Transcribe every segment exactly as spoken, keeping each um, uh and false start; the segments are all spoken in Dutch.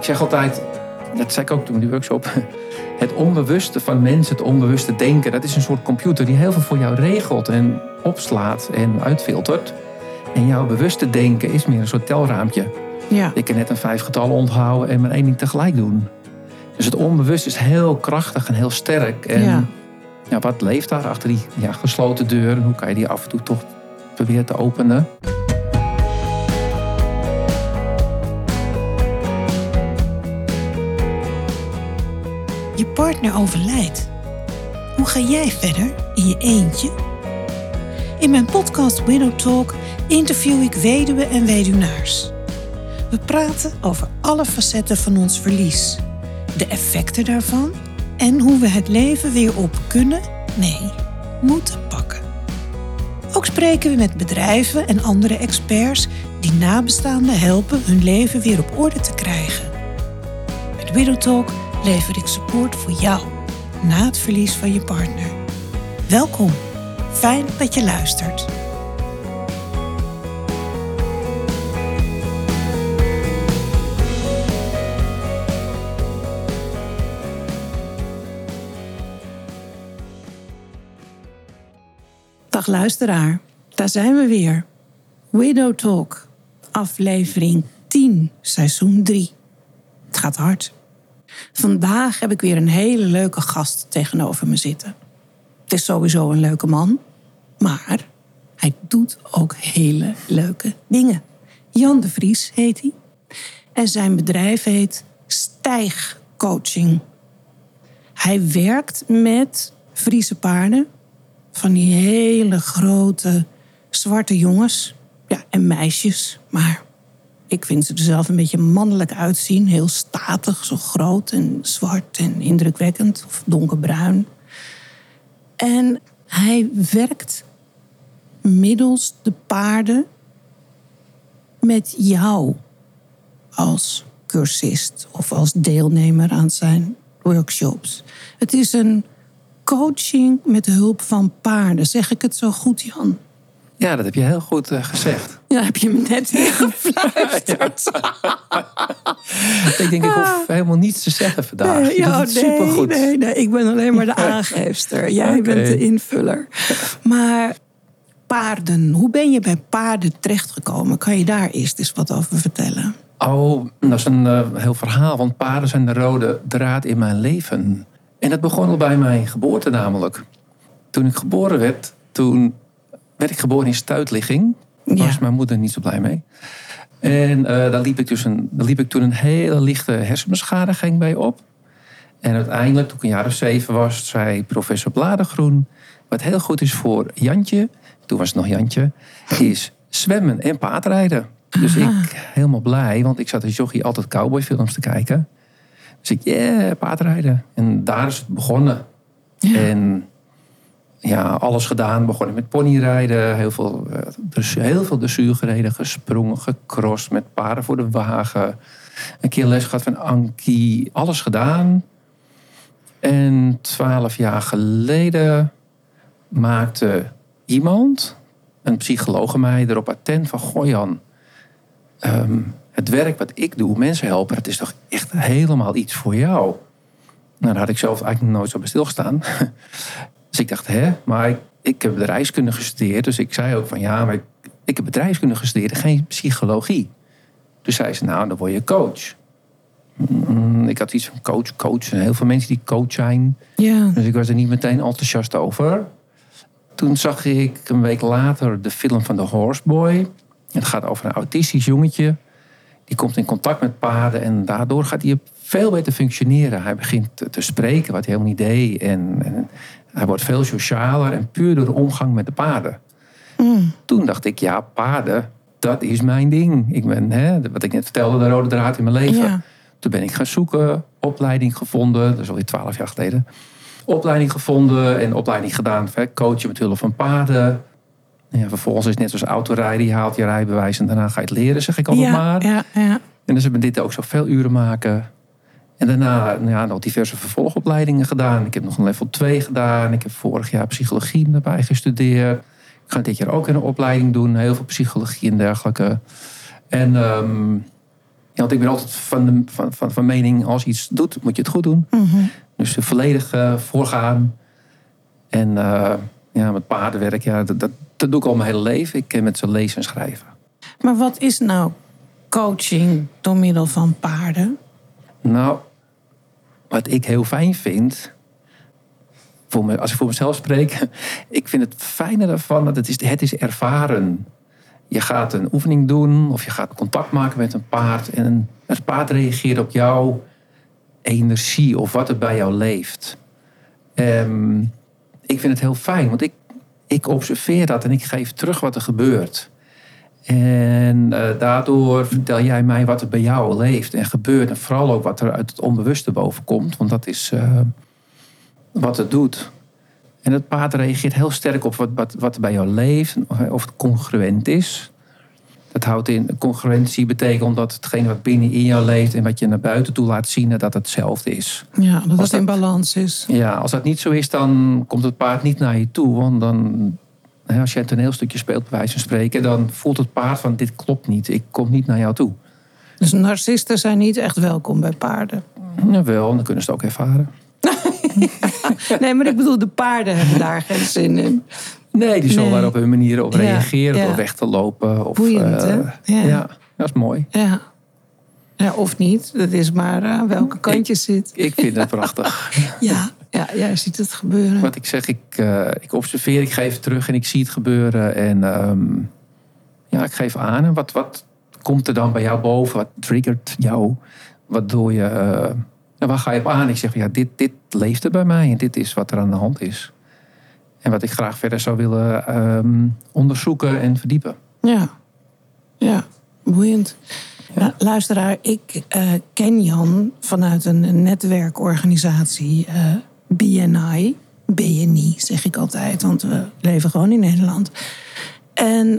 Ik zeg altijd, dat zei ik ook toen in die workshop, het onbewuste van mensen, het onbewuste denken, dat is een soort computer die heel veel voor jou regelt en opslaat en uitfiltert. En jouw bewuste denken is meer een soort telraampje. Ja. Ik kan net een vijf getallen onthouden en maar één ding tegelijk doen. Dus het onbewust is heel krachtig en heel sterk. En Ja. Ja, wat leeft daar achter die ja, gesloten deur? En hoe kan je die af en toe toch proberen te openen? Je partner overlijdt. Hoe ga jij verder in je eentje? In mijn podcast Widow Talk interview ik weduwen en weduwnaars. We praten over alle facetten van ons verlies, de effecten daarvan en hoe we het leven weer op kunnen, nee, moeten pakken. Ook spreken we met bedrijven en andere experts die nabestaanden helpen hun leven weer op orde te krijgen. Met Widow Talk lever ik support voor jou na het verlies van je partner. Welkom, fijn dat je luistert. Dag luisteraar, daar zijn we weer. Widow Talk, aflevering tien, seizoen drie. Het gaat hard. Vandaag heb ik weer een hele leuke gast tegenover me zitten. Het is sowieso een leuke man, maar hij doet ook hele leuke dingen. Jan de Vries heet hij. En zijn bedrijf heet Stijgcoaching. Hij werkt met Friese paarden. Van die hele grote zwarte jongens. Ja, en meisjes. Maar ik vind ze er zelf een beetje mannelijk uitzien. Heel statig, zo groot en zwart en indrukwekkend. Of donkerbruin. En hij werkt middels de paarden met jou als cursist of als deelnemer aan zijn workshops. Het is een coaching met hulp van paarden. Zeg ik het zo goed, Jan? Ja, dat heb je heel goed uh, gezegd. Ja, heb je me net weer gefluisterd. Ik denk, ik hoef helemaal niets te zeggen vandaag. Nee, Je doet ja, het nee, supergoed. nee, nee, ik ben alleen maar de aangeefster. Jij Okay. bent de invuller. Maar paarden, hoe ben je bij paarden terechtgekomen? Kan je daar eerst eens wat over vertellen? Oh, dat is een uh, heel verhaal. Want paarden zijn de rode draad in mijn leven. En dat begon al bij mijn geboorte namelijk. Toen ik geboren werd, toen werd ik geboren in stuitligging. Daar Ja. was mijn moeder niet zo blij mee. En uh, daar, liep ik dus een, daar liep ik toen een hele lichte hersenbeschadiging bij op. En uiteindelijk, toen ik een jaar of zeven was, zei professor Bladergroen, wat heel goed is voor Jantje, toen was het nog Jantje, is zwemmen en paardrijden. Dus Aha. ik helemaal blij, want ik zat als jochie altijd cowboyfilms te kijken. Dus ik, yeah, paardrijden. En daar is het begonnen. Ja. En ja, alles gedaan. Begonnen met ponyrijden. Heel veel, uh, dus heel veel dressuur gereden. Gesprongen, gecrossed met paarden voor de wagen. Een keer les gehad van Ankie. Alles gedaan. En twaalf jaar geleden maakte iemand, een psycholoog, mij erop attent van, goh Jan, um, het werk wat ik doe, mensen helpen, dat is toch echt helemaal iets voor jou. Nou, daar had ik zelf eigenlijk nooit zo bij stilgestaan. Dus ik dacht, hè, maar ik, ik heb bedrijfskunde gestudeerd. Dus ik zei ook van, ja, maar ik, ik heb bedrijfskunde gestudeerd, geen psychologie. Dus zei ze, nou, dan word je coach. Mm, ik had iets van coach, coach. En heel veel mensen die coach zijn. Ja. Dus ik was er niet meteen enthousiast over. Toen zag ik een week later de film van The Horseboy. Het gaat over een autistisch jongetje. Die komt in contact met paarden en daardoor gaat hij veel beter functioneren. Hij begint te spreken, wat hij helemaal niet deed. En, en hij wordt veel socialer en puur door de omgang met de paarden. Mm. Toen dacht ik, ja, paarden, dat is mijn ding. Ik ben, hè, wat ik net vertelde, de rode draad in mijn leven. Ja. Toen ben ik gaan zoeken, opleiding gevonden. Dat is alweer twaalf jaar geleden. Opleiding gevonden en opleiding gedaan. Coachen met hulp van paarden. Ja, vervolgens is het net zoals autorijden. Je haalt je rijbewijs en daarna ga je het leren, zeg ik altijd Ja, maar. ja, ja. En dus heb ik dit ook zoveel uren maken. En daarna nou ja, nog diverse vervolgopleidingen gedaan. Ik heb nog een level twee gedaan. Ik heb vorig jaar psychologie erbij gestudeerd. Ik ga dit jaar ook een opleiding doen. Heel veel psychologie en dergelijke. En um, Ja, want ik ben altijd van, de, van, van, van mening, als je iets doet, moet je het goed doen. Mm-hmm. Dus volledig uh, voorgaan. En uh, ja, met paardenwerk, ja, dat, dat, dat doe ik al mijn hele leven. Ik ken met ze lezen en schrijven. Maar wat is nou coaching door middel van paarden? Nou, wat ik heel fijn vind, voor me, als ik voor mezelf spreek, ik vind het fijne daarvan dat het is, het is ervaren. Je gaat een oefening doen of je gaat contact maken met een paard en het paard reageert op jouw energie of wat er bij jou leeft. Um, ik vind het heel fijn, want ik, ik observeer dat en ik geef terug wat er gebeurt. En uh, daardoor vertel jij mij wat er bij jou leeft en gebeurt. En vooral ook wat er uit het onbewuste boven komt. Want dat is uh, wat het doet. En het paard reageert heel sterk op wat, wat, wat er bij jou leeft. Of het congruent is. Dat houdt in, congruentie betekent dat hetgene wat binnen in jou leeft en wat je naar buiten toe laat zien, dat dat hetzelfde is. Ja, dat als het in balans is. Ja, als dat niet zo is, dan komt het paard niet naar je toe. Want dan, als je een toneelstukje speelt, bij wijze van spreken, dan voelt het paard van dit klopt niet. Ik kom niet naar jou toe. Dus narcisten zijn niet echt welkom bij paarden? Jawel, dan kunnen ze het ook ervaren. Nee, maar ik bedoel, de paarden hebben daar geen zin in. Nee, die zullen nee. daar op hun manier op ja, reageren. Ja. Door weg te lopen. Of, Boeiend, hè? Uh, ja. ja, dat is mooi. Ja. Ja, of niet. Dat is maar aan welke kant je zit. Ik vind het prachtig. ja, ja, jij ziet het gebeuren. Wat ik zeg, ik, uh, ik observeer, ik geef het terug en ik zie het gebeuren. En um, ja, ik geef aan. En wat, wat komt er dan bij jou boven? Wat triggert jou? Waardoor je... Uh, nou, waar ga je op aan? Ik zeg, ja, dit, dit leeft er bij mij. En dit is wat er aan de hand is. En wat ik graag verder zou willen um, onderzoeken en verdiepen. Ja, ja, boeiend. Ja. Nou, luisteraar, ik uh, ken Jan vanuit een netwerkorganisatie uh, B N I. B N I zeg ik altijd, want we leven gewoon in Nederland. En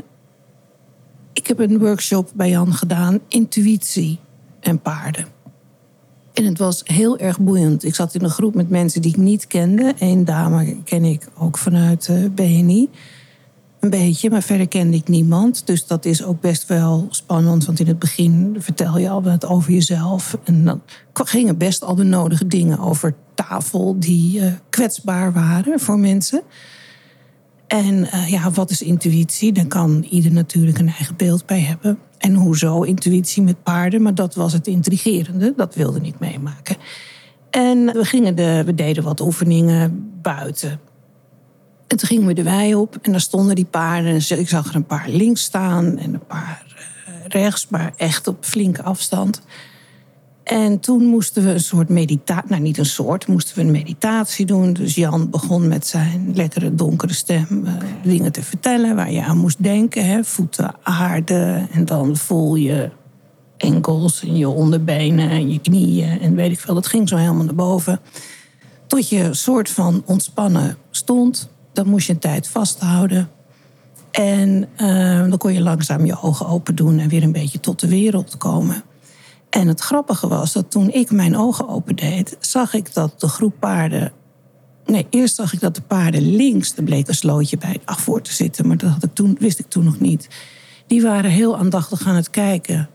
ik heb een workshop bij Jan gedaan, intuïtie en paarden. En het was heel erg boeiend. Ik zat in een groep met mensen die ik niet kende. Eén dame ken ik ook vanuit uh, B N I. Een beetje, maar verder kende ik niemand. Dus dat is ook best wel spannend. Want in het begin vertel je al wat over jezelf. En dan gingen best al de nodige dingen over tafel die uh, kwetsbaar waren voor mensen. En uh, ja, wat is intuïtie? Daar kan ieder natuurlijk een eigen beeld bij hebben. En hoezo intuïtie met paarden? Maar dat was het intrigerende. Dat wilde ik meemaken. En we, gingen de, we deden wat oefeningen buiten. En toen gingen we de wei op en daar stonden die paarden. En ik zag er een paar links staan en een paar rechts, maar echt op flinke afstand. En toen moesten we een soort meditatie, nou niet een soort, moesten we een meditatie doen. Dus Jan begon met zijn lekkere donkere stem uh, dingen te vertellen waar je aan moest denken. Hè? Voeten, aarde en dan voel je enkels en je onderbenen en je knieën en weet ik veel. Dat ging zo helemaal naar boven. Tot je soort van ontspannen stond. Dan moest je een tijd vasthouden. En uh, dan kon je langzaam je ogen open doen en weer een beetje tot de wereld komen. En het grappige was dat toen ik mijn ogen opendeed, zag ik dat de groep paarden... Nee, eerst zag ik dat de paarden links, er bleek een slootje bij ach voor te zitten, maar dat had ik toen, wist ik toen nog niet. Die waren heel aandachtig aan het kijken.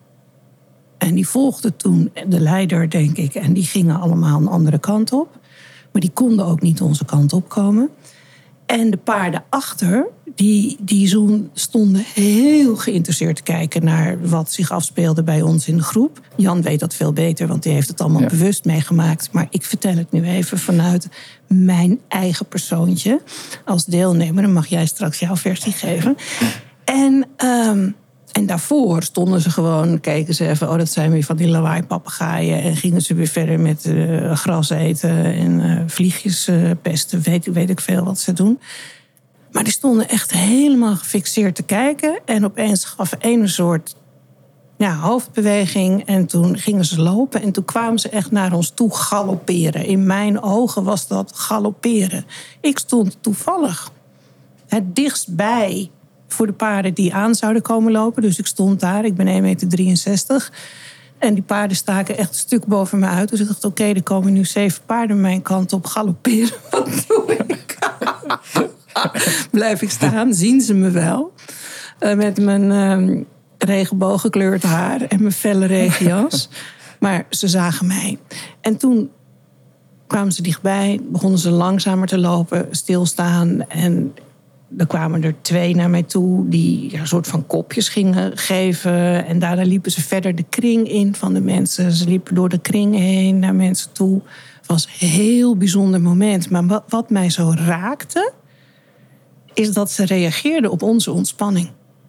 En die volgden toen de leider, denk ik, en die gingen allemaal een andere kant op. Maar die konden ook niet onze kant op komen. En de paarden achter, die, die stonden heel geïnteresseerd te kijken naar wat zich afspeelde bij ons in de groep. Jan weet dat veel beter, want die heeft het allemaal ja. bewust meegemaakt. Maar ik vertel het nu even vanuit mijn eigen persoontje. Als deelnemer, dan mag jij straks jouw versie geven. En, um, en daarvoor stonden ze gewoon, keken ze even, oh dat zijn weer van die lawaai-papegaaien. En gingen ze weer verder met uh, gras eten en uh, vliegjes uh, pesten, weet, weet ik veel wat ze doen. Maar die stonden echt helemaal gefixeerd te kijken. En opeens gaf een een soort ja, hoofdbeweging. En toen gingen ze lopen. En toen kwamen ze echt naar ons toe galopperen. In mijn ogen was dat galopperen. Ik stond toevallig het dichtst bij voor de paarden die aan zouden komen lopen. Dus ik stond daar. Ik ben één meter drieënzestig. En die paarden staken echt een stuk boven me uit. Dus ik dacht, oké, okay, er komen nu zeven paarden mijn kant op galopperen. Wat doe ik? Blijf ik staan, zien ze me wel. Uh, met mijn uh, regenbooggekleurd haar en mijn felle regenjas. Maar ze zagen mij. En toen kwamen ze dichtbij, begonnen ze langzamer te lopen, stilstaan. En er kwamen er twee naar mij toe die ja, een soort van kopjes gingen geven. En daarna liepen ze verder de kring in van de mensen. Ze liepen door de kring heen naar mensen toe. Het was een heel bijzonder moment. Maar wat, wat mij zo raakte, is dat ze reageerden op onze ontspanning.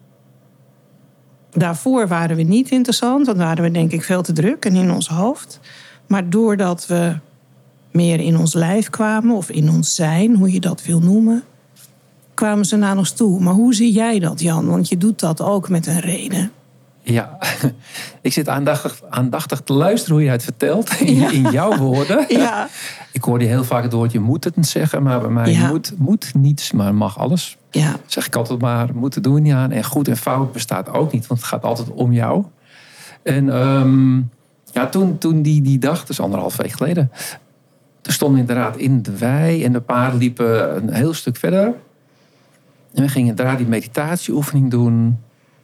Daarvoor waren we niet interessant, want waren we denk ik veel te druk en in ons hoofd. Maar doordat we meer in ons lijf kwamen, of in ons zijn, hoe je dat wil noemen, kwamen ze naar ons toe. Maar hoe zie jij dat, Jan? Want je doet dat ook met een reden. Ja, ik zit aandachtig, aandachtig te luisteren hoe je het vertelt. In, Ja. in jouw woorden. Ja. Ik hoorde heel vaak het woordje moet het zeggen. Maar bij mij Ja. moet, moet niets, maar mag alles. Ja. Zeg ik altijd maar, moeten doen we niet aan. En goed en fout bestaat ook niet. Want het gaat altijd om jou. En um, ja, toen, toen die, die dag, dus anderhalf week geleden. Toen stonden we inderdaad in de wei. En de paarden liepen een heel stuk verder. En we gingen inderdaad die meditatieoefening doen.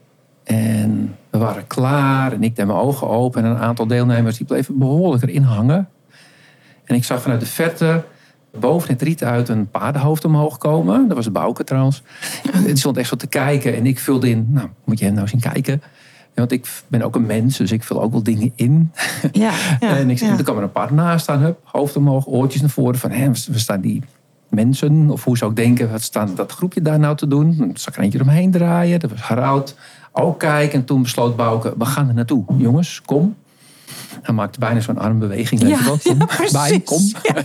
En we waren klaar. En ik deed mijn ogen open. En een aantal deelnemers die bleven behoorlijk erin hangen. En ik zag vanuit de verte boven het riet uit een paardenhoofd omhoog komen. Dat was Bouke trouwens. Die stond echt zo te kijken. En ik vulde in, nou, moet je hem nou zien kijken? Want ik ben ook een mens, dus ik vul ook wel dingen in. Ja, ja, en ik, ja. er kwam er een paard naast staan. Hup, hoofd omhoog, oortjes naar voren. Van, hé, we staan die mensen, of hoe zou ik denken, wat staan dat groepje daar nou te doen? Dan zag ik er eentje omheen draaien. Dat was Harald. Ook kijken. En toen besloot Bouke, we gaan er naartoe. Jongens, kom. Hij maakte bijna zo'n armbeweging. Weet Ja, je wel. Kom, ja, precies. bij, kom. Ja.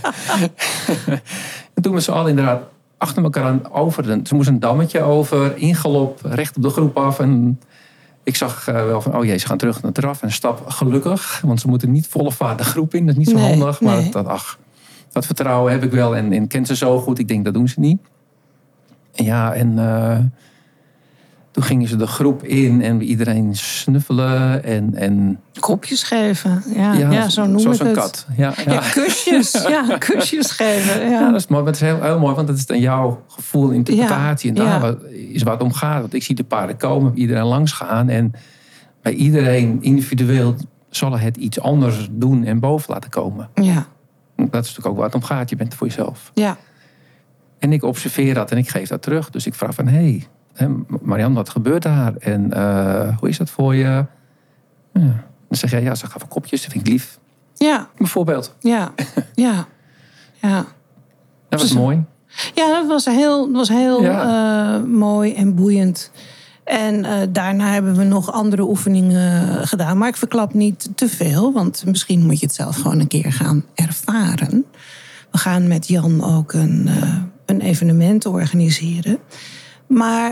En toen we ze al inderdaad achter elkaar aan over. De, ze moesten een dammetje over, ingelop, recht op de groep af. En ik zag uh, wel van, oh jee, ze gaan terug naar het draf. En stap gelukkig, want ze moeten niet volle vaart de groep in. Dat is niet zo Nee, handig. Maar nee. dat, ach, dat vertrouwen heb ik wel. En, en kent ze zo goed. Ik denk, dat doen ze niet. En ja, en uh, toen gingen ze de groep in. En iedereen snuffelen. En, en Kopjes geven. Ja, ja, ja zo noem zoals ik een het. kat. Ja, ja. Ja, kusjes. Ja, kusjes geven. Ja. Ja, dat is mooi. Maar het is heel, heel mooi, want het is dan jouw gevoel, interpretatie. Ja, en daar ja. wat- is waar het om gaat. Want ik zie de paarden komen, iedereen langs gaan. En bij iedereen individueel zal het iets anders doen en boven laten komen. Ja, Dat is natuurlijk ook waar het om gaat. Je bent er voor jezelf. ja. En ik observeer dat en ik geef dat terug. Dus ik vraag van, hé, hey, Marianne, wat gebeurt daar? En uh, hoe is dat voor je? Ja. Dan zeg jij, ja, ze gaf kopjes, dat vind ik lief. Ja, Bijvoorbeeld. ja, ja. Ja. Dat was Dus- mooi. Ja, dat was heel, dat was heel Ja. uh, mooi en boeiend. En uh, daarna hebben we nog andere oefeningen gedaan. Maar ik verklap niet te veel, want misschien moet je het zelf gewoon een keer gaan ervaren. We gaan met Jan ook een, uh, een evenement organiseren. Maar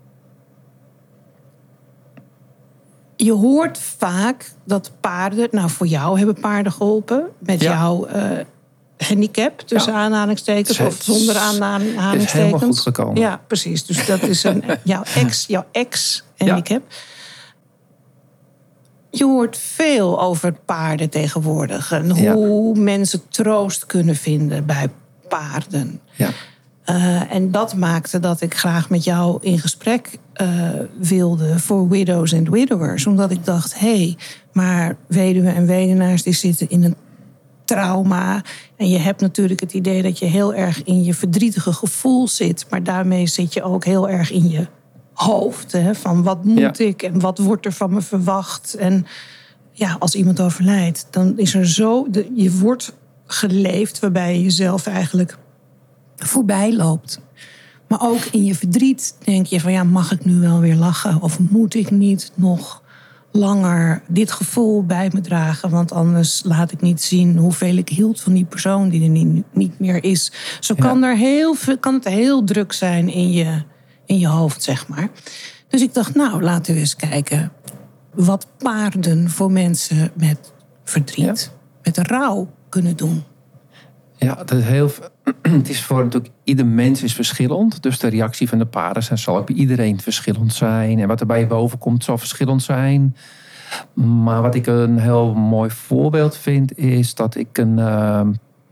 je hoort vaak dat paarden, nou voor jou hebben paarden geholpen met Ja. jouw uh, handicap, tussen Ja. aanhalingstekens, Het of is- zonder Het is aanhalingstekens. helemaal goed gekomen. Ja, precies. Dus dat is een, jouw ex, jouw ex-handicap. Je hoort veel over paarden tegenwoordig. En hoe mensen troost kunnen vinden bij paarden. Ja. Uh, en dat maakte dat ik graag met jou in gesprek uh, wilde voor widows and widowers. Omdat ik dacht, hé, hey, maar weduwen en weduwnaars die zitten in een trauma. En je hebt natuurlijk het idee dat je heel erg in je verdrietige gevoel zit. Maar daarmee zit je ook heel erg in je hoofd. Hè, van wat moet Ja. ik en wat wordt er van me verwacht. En ja, als iemand overlijdt, dan is er zo... De, je wordt geleefd waarbij je jezelf eigenlijk voorbij loopt. Maar ook in je verdriet denk je van, ja, mag ik nu wel weer lachen? Of moet ik niet nog langer dit gevoel bij me dragen? Want anders laat ik niet zien hoeveel ik hield van die persoon die er niet, niet meer is. Zo Ja. kan, er heel veel, kan het heel druk zijn in je, in je hoofd, zeg maar. Dus ik dacht, nou, laten we eens kijken wat paarden voor mensen met verdriet, met rouw kunnen doen. Ja, dat is heel. Het is voor natuurlijk ieder mens is verschillend. Dus de reactie van de paarden zijn- zal ook bij iedereen verschillend zijn. En wat er bij je boven komt zal verschillend zijn. Maar wat ik een heel mooi voorbeeld vind, is dat ik een, uh,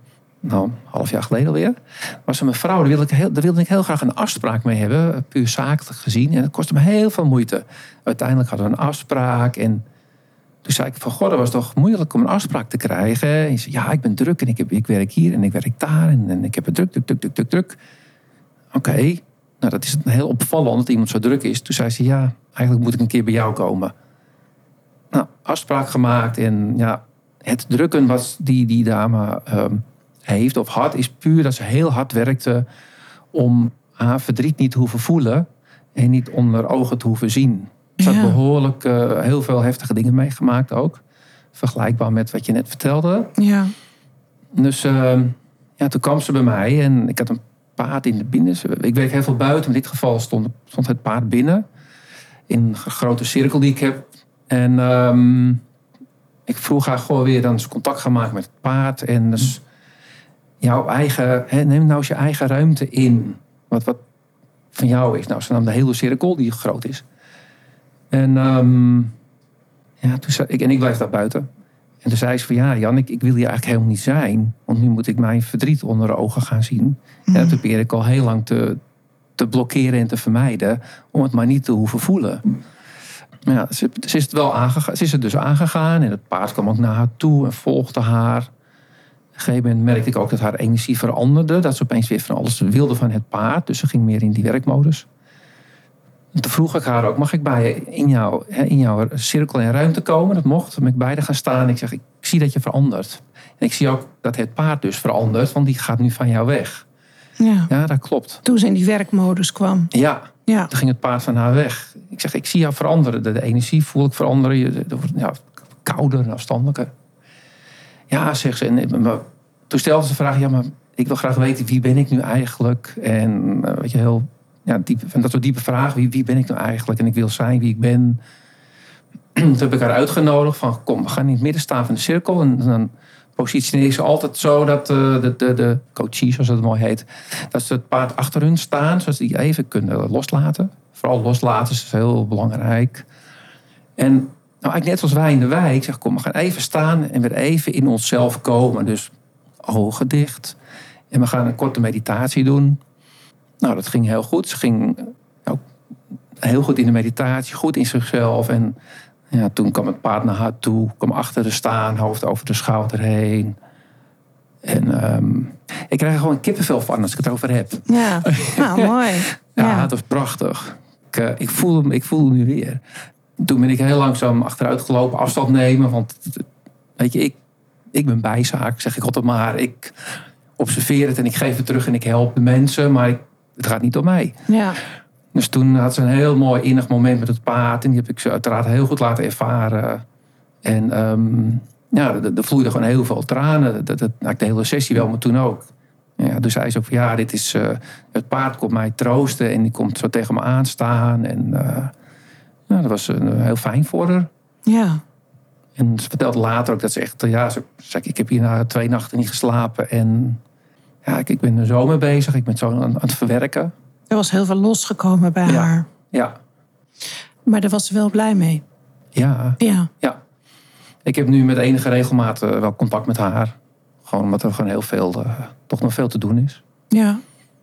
nou, een half jaar geleden alweer. Was er een mevrouw, daar wilde, ik heel, daar wilde ik heel graag een afspraak mee hebben. Puur zakelijk gezien. En dat kostte me heel veel moeite. Uiteindelijk hadden we een afspraak. En toen zei ik van, goh, dat was toch moeilijk om een afspraak te krijgen. En hij zei, ja, ik ben druk en ik, heb, ik werk hier en ik werk daar. En, en ik heb het druk, druk, druk, druk, druk, druk. Oké, okay. Nou dat is heel opvallend dat iemand zo druk is. Toen zei ze, ja, eigenlijk moet ik een keer bij jou komen. Nou, afspraak gemaakt. En ja, het drukken wat die, die dame um, heeft of had, is puur dat ze heel hard werkte om haar verdriet niet te hoeven voelen en niet onder ogen te hoeven zien. Ze had ja. behoorlijk uh, heel veel heftige dingen meegemaakt ook. Vergelijkbaar met wat je net vertelde. Ja. Dus uh, ja, toen kwam ze bij mij en ik had een paard in de binnen. Ik werk heel veel buiten. In dit geval stond, stond het paard binnen. In een grote cirkel die ik heb. En um, ik vroeg haar gewoon weer dan eens contact gaan maken met het paard. En dus jouw eigen, hè, neem nou eens je eigen ruimte in. Wat, wat van jou is. Nou, ze nam de hele cirkel die groot is. En, um, ja, toen zei ik, en ik blijf daar buiten. En toen zei ze van ja, Jan, ik, ik wil hier eigenlijk helemaal niet zijn. Want nu moet ik mijn verdriet onder de ogen gaan zien. Mm. En dat probeer ik al heel lang te, te blokkeren en te vermijden. Om het maar niet te hoeven voelen. Maar ja, ze, ze, is het wel aangegaan, ze is het dus aangegaan. En het paard kwam ook naar haar toe en volgde haar. Op een gegeven moment merkte ik ook dat haar energie veranderde. Dat ze opeens weer van alles wilde van het paard. Dus ze ging meer in die werkmodus. En toen vroeg ik haar ook, mag ik bij je in jouw, in jouw cirkel en ruimte komen? Dat mocht, met beide gaan staan. Ik zeg, ik zie dat je verandert. En ik zie ook dat het paard dus verandert, want die gaat nu van jou weg. Ja, ja dat klopt. Toen ze in die werkmodus kwam. Ja, ja, toen ging het paard van haar weg. Ik zeg, ik zie jou veranderen. De, de energie voel ik veranderen. Je, de, ja, kouder en afstandelijker. Ja, zegt ze. En, maar, toen stelde ze de vraag, ja, maar ik wil graag weten, wie ben ik nu eigenlijk? En uh, weet je, heel... Ja, diepe, van dat soort diepe vragen. Wie, wie ben ik nou eigenlijk? En ik wil zijn wie ik ben. Toen heb ik haar uitgenodigd. Van kom, we gaan in het midden staan van de cirkel. En dan positioneer ik ze altijd zo dat uh, de, de, de coaches, zoals dat mooi heet. Dat ze het paard achter hun staan. Zodat ze die even kunnen loslaten. Vooral loslaten is heel belangrijk. En nou, eigenlijk net zoals wij in de wijk. Ik zeg kom, we gaan even staan. En weer even in onszelf komen. Dus ogen dicht. En we gaan een korte meditatie doen. Nou, dat ging heel goed. Ze ging ook heel goed in de meditatie, goed in zichzelf. En ja, toen kwam het paard naar haar toe, kwam achter haar staan, hoofd over de schouder heen. En um, ik krijg er gewoon kippenvel van als ik het over heb. Ja, nou, mooi. Ja, ja, het was prachtig. Ik, uh, ik, voel hem, ik voel hem nu weer. Toen ben ik heel langzaam achteruit gelopen, afstand nemen. Want weet je, ik, ik ben bijzaak, zeg ik altijd maar. Ik observeer het en ik geef het terug en ik help de mensen. Maar ik, het gaat niet om mij. Ja. Dus toen had ze een heel mooi innig moment met het paard. En die heb ik ze uiteraard heel goed laten ervaren. En um, ja, er, er vloeide gewoon heel veel tranen. Dat, dat, nou, de hele sessie wel, maar toen ook. Ja, dus zei ze ook van ja, dit is, uh, het paard komt mij troosten. En die komt zo tegen me aanstaan. En uh, ja, dat was uh, heel fijn voor haar. Ja. En ze vertelde later ook dat ze echt... Ja, ze zei, ik heb hierna twee nachten niet geslapen. En ja, ik, ik ben er zo mee bezig. Ik ben zo aan, aan het verwerken. Er was heel veel losgekomen bij ja. haar. Ja. Maar daar was ze wel blij mee. Ja. Ja. Ja. Ik heb nu met enige regelmaat uh, wel contact met haar. Gewoon omdat er gewoon heel veel, uh, toch nog veel te doen is. Ja.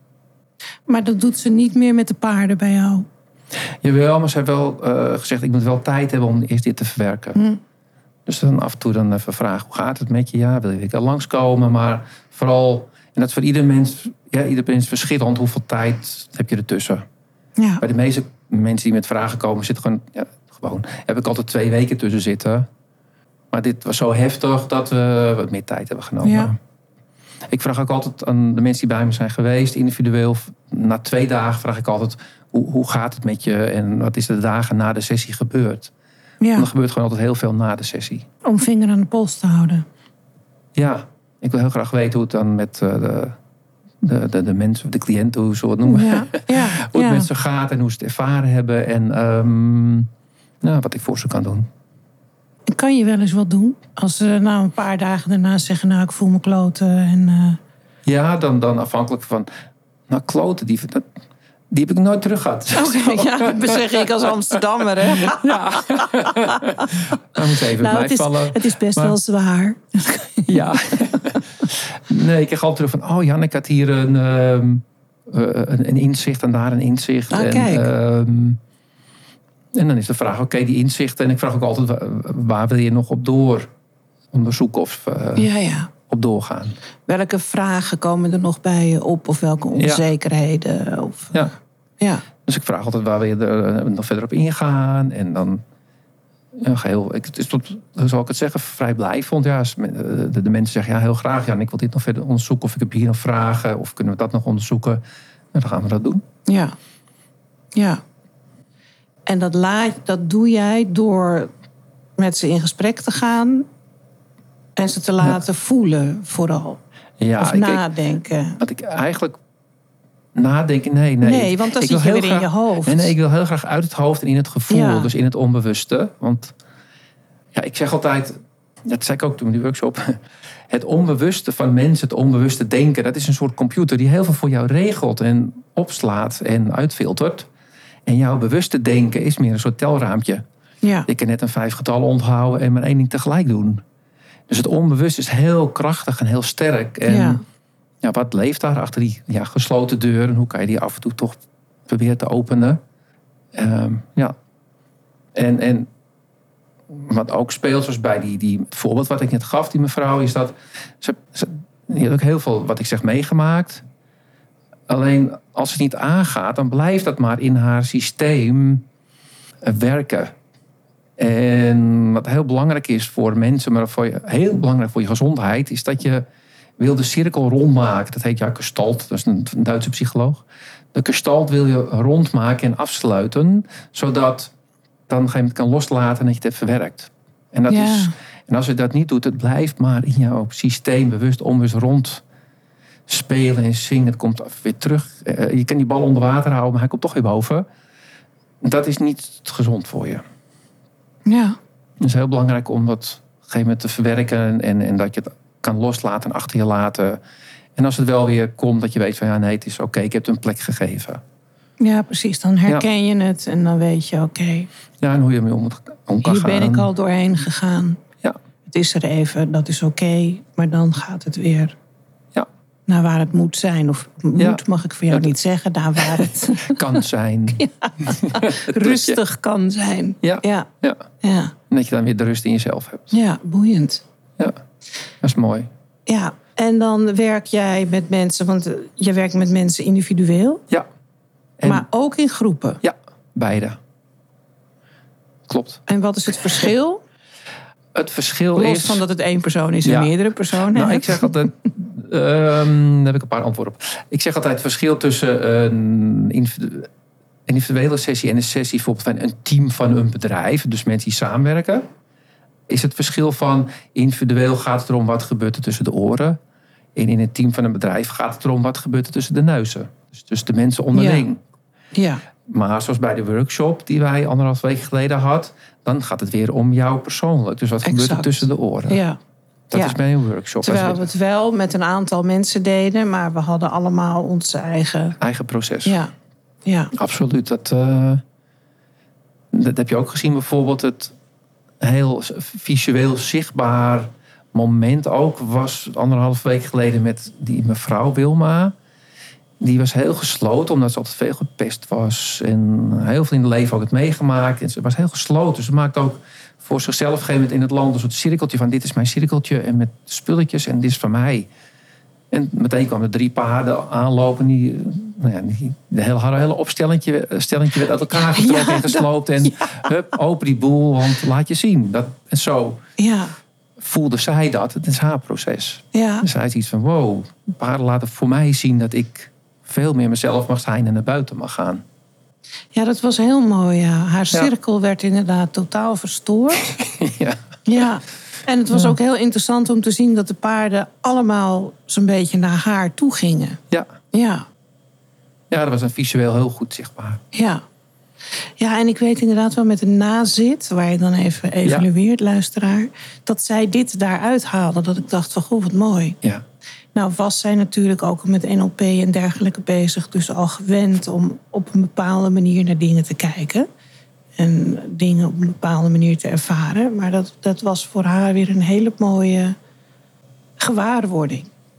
Maar dat doet ze niet meer met de paarden bij jou? Jawel, maar ze heeft wel uh, gezegd... ik moet wel tijd hebben om eerst dit te verwerken. Hm. Dus dan af en toe dan even vragen... hoe gaat het met je? Ja, wil je weer langskomen? Maar vooral... en dat is voor ieder mens... ja, ieder mens verschillend. Hoeveel tijd heb je ertussen? Ja. Bij de meeste mensen die met vragen komen... zitten gewoon... Ja, gewoon heb ik altijd twee weken tussen zitten. Maar dit was zo heftig... dat we wat meer tijd hebben genomen. Ja. Ik vraag ook altijd aan de mensen die bij me zijn geweest... individueel... na twee dagen vraag ik altijd... Hoe, hoe gaat het met je en wat is er de dagen na de sessie gebeurd? Ja. En er gebeurt gewoon altijd heel veel na de sessie. Om vinger aan de pols te houden. Ja, ik wil heel graag weten hoe het dan met uh, de, de, de, de mensen, of de cliënten, hoe ze het noemen. Ja. Ja. hoe het ja. met ze gaat en hoe ze het ervaren hebben. En um, nou, wat ik voor ze kan doen. En kan je wel eens wat doen? Als ze nou een paar dagen daarna zeggen, nou ik voel me kloten. En, uh... Ja, dan, dan afhankelijk van... Nou, kloten, die... Dat, Die heb ik nooit terug gehad. Oké, okay, ja, dat zeg ik als Amsterdammer, hè? Ja. Dan moet even nou, het is, vallen. het is best maar, wel zwaar. Ja. Nee, ik kreeg altijd terug van... Oh Jan, ik had hier een, um, uh, een, een inzicht en daar een inzicht. Ah, en, kijk. Um, en dan is de vraag, oké, okay, die inzichten. En ik vraag ook altijd, waar, waar wil je nog op door onderzoeken of uh, Ja, ja. op doorgaan? Welke vragen komen er nog bij je op? Of welke onzekerheden? Ja. Of, ja. ja. Dus ik vraag altijd, waar wil je er uh, nog verder op ingaan? En dan... Ja, geheel, ik, het is tot, hoe zal ik het zeggen, vrij blijvend. Ja, de, de mensen zeggen, ja, heel graag, ja, ik wil dit nog verder onderzoeken. Of ik heb hier nog vragen. Of kunnen we dat nog onderzoeken? En dan gaan we dat doen. Ja. Ja. En dat, laat, dat doe jij door met ze in gesprek te gaan. En ze te laten ja. voelen, vooral. Ja, of ik, nadenken. Ik, wat ik eigenlijk... Nadenken, nee, nee. Nee, want dan ik zit je weer graag, in je hoofd. Nee, nee, ik wil heel graag uit het hoofd en in het gevoel. Ja. Dus in het onbewuste. Want ja, ik zeg altijd... Dat zei ik ook toen in die workshop. Het onbewuste van mensen, het onbewuste denken... dat is een soort computer die heel veel voor jou regelt... en opslaat en uitfiltert. En jouw bewuste denken is meer een soort telraampje. Ja. Je kan net een vijf getallen onthouden... en maar één ding tegelijk doen. Dus het onbewuste is heel krachtig en heel sterk. En ja. Ja, wat leeft daar achter die ja, gesloten deuren? Hoe kan je die af en toe toch proberen te openen? Um, ja. En, en wat ook speelt, zoals bij die, die het voorbeeld wat ik net gaf, die mevrouw, is dat ze, ze die heeft ook heel veel, wat ik zeg, meegemaakt. Alleen als het niet aangaat, dan blijft dat maar in haar systeem werken. En wat heel belangrijk is voor mensen, maar voor je, heel belangrijk voor je gezondheid, is dat je wil de cirkel rondmaken. Dat heet ja Gestalt, dat is een Duitse psycholoog. De Gestalt wil je rondmaken en afsluiten, zodat dan op een gegeven moment kan loslaten en dat je het hebt verwerkt. En, dat ja. is, en als je dat niet doet, het blijft maar in jouw systeem bewust, onbewust rond spelen en zingen. Het komt weer terug. Je kan die bal onder water houden, maar hij komt toch weer boven. Dat is niet gezond voor je. Ja. Het is heel belangrijk om dat op een gegeven moment te verwerken en, en dat je het kan loslaten en achter je laten. En als het wel weer komt, dat je weet van ja, nee, het is oké, okay, ik heb het een plek gegeven. Ja, precies. Dan herken ja. je het en dan weet je, oké. Okay, ja, en hoe je ermee om, om kan hier gaan. Hier ben ik al doorheen gegaan. Ja. Het is er even, dat is oké, okay, maar dan gaat het weer ja. naar waar het moet zijn. Of moet, ja. mag ik voor jou ja. niet zeggen, daar waar het kan zijn. Ja. Rustig kan zijn. Ja. Ja. Ja. ja. En dat je dan weer de rust in jezelf hebt. Ja, boeiend. Ja, dat is mooi. Ja, en dan werk jij met mensen, want je werkt met mensen individueel. Ja. En, maar ook in groepen. Ja, beide. Klopt. En wat is het verschil? Het verschil Los is... Los van dat het één persoon is en ja. meerdere personen. Nou, ik zeg altijd... um, daar heb ik een paar antwoorden op. Ik zeg altijd het verschil tussen een individuele sessie en een sessie bijvoorbeeld van een team van een bedrijf. Dus mensen die samenwerken. Is het verschil van individueel gaat het erom wat gebeurt er tussen de oren. En in het team van een bedrijf gaat het erom wat gebeurt er tussen de neuzen. Dus tussen de mensen onderling. Ja. ja. Maar zoals bij de workshop die wij anderhalf week geleden had, dan gaat het weer om jou persoonlijk. Dus wat exact. Gebeurt er tussen de oren? Ja. Dat ja. is bij een workshop. Terwijl we het wel met een aantal mensen deden, maar we hadden allemaal ons eigen... Eigen proces. Ja. ja. Absoluut. Dat, uh, dat heb je ook gezien bijvoorbeeld. Het heel visueel zichtbaar moment ook was anderhalf week geleden met die mevrouw Wilma. Die was heel gesloten, omdat ze altijd veel gepest was. En heel veel in het leven ook het meegemaakt. En ze was heel gesloten. Ze maakte ook voor zichzelf op een gegeven moment in het land een soort cirkeltje van dit is mijn cirkeltje en met spulletjes en dit is van mij. En meteen kwamen er drie paarden aanlopen. Die, nou ja, die, de hele, hele opstellingje stellingje werd uit elkaar getrokken ja, en gesloopt. En ja. hup, open die boel, want laat je zien. Dat, en zo ja. voelde zij dat. Het is haar proces. Ja. Dus zij is iets van wow, paarden laten voor mij zien dat ik veel meer mezelf mag zijn en naar buiten mag gaan. Ja, dat was heel mooi. Ja. Haar cirkel ja. werd inderdaad totaal verstoord. ja. Ja. En het was ook heel interessant om te zien dat de paarden allemaal zo'n beetje naar haar toe gingen. Ja. Ja. Ja, dat was een visueel heel goed zichtbaar. Ja. Ja, en ik weet inderdaad wel met de nazit, waar je dan even evalueert, ja. luisteraar, dat zij dit daaruit haalde. Dat ik dacht van, goh, wat mooi. Ja. Nou was zij natuurlijk ook met N L P en dergelijke bezig, dus al gewend om op een bepaalde manier naar dingen te kijken. En dingen op een bepaalde manier te ervaren. Maar dat, dat was voor haar weer een hele mooie gewaarwording.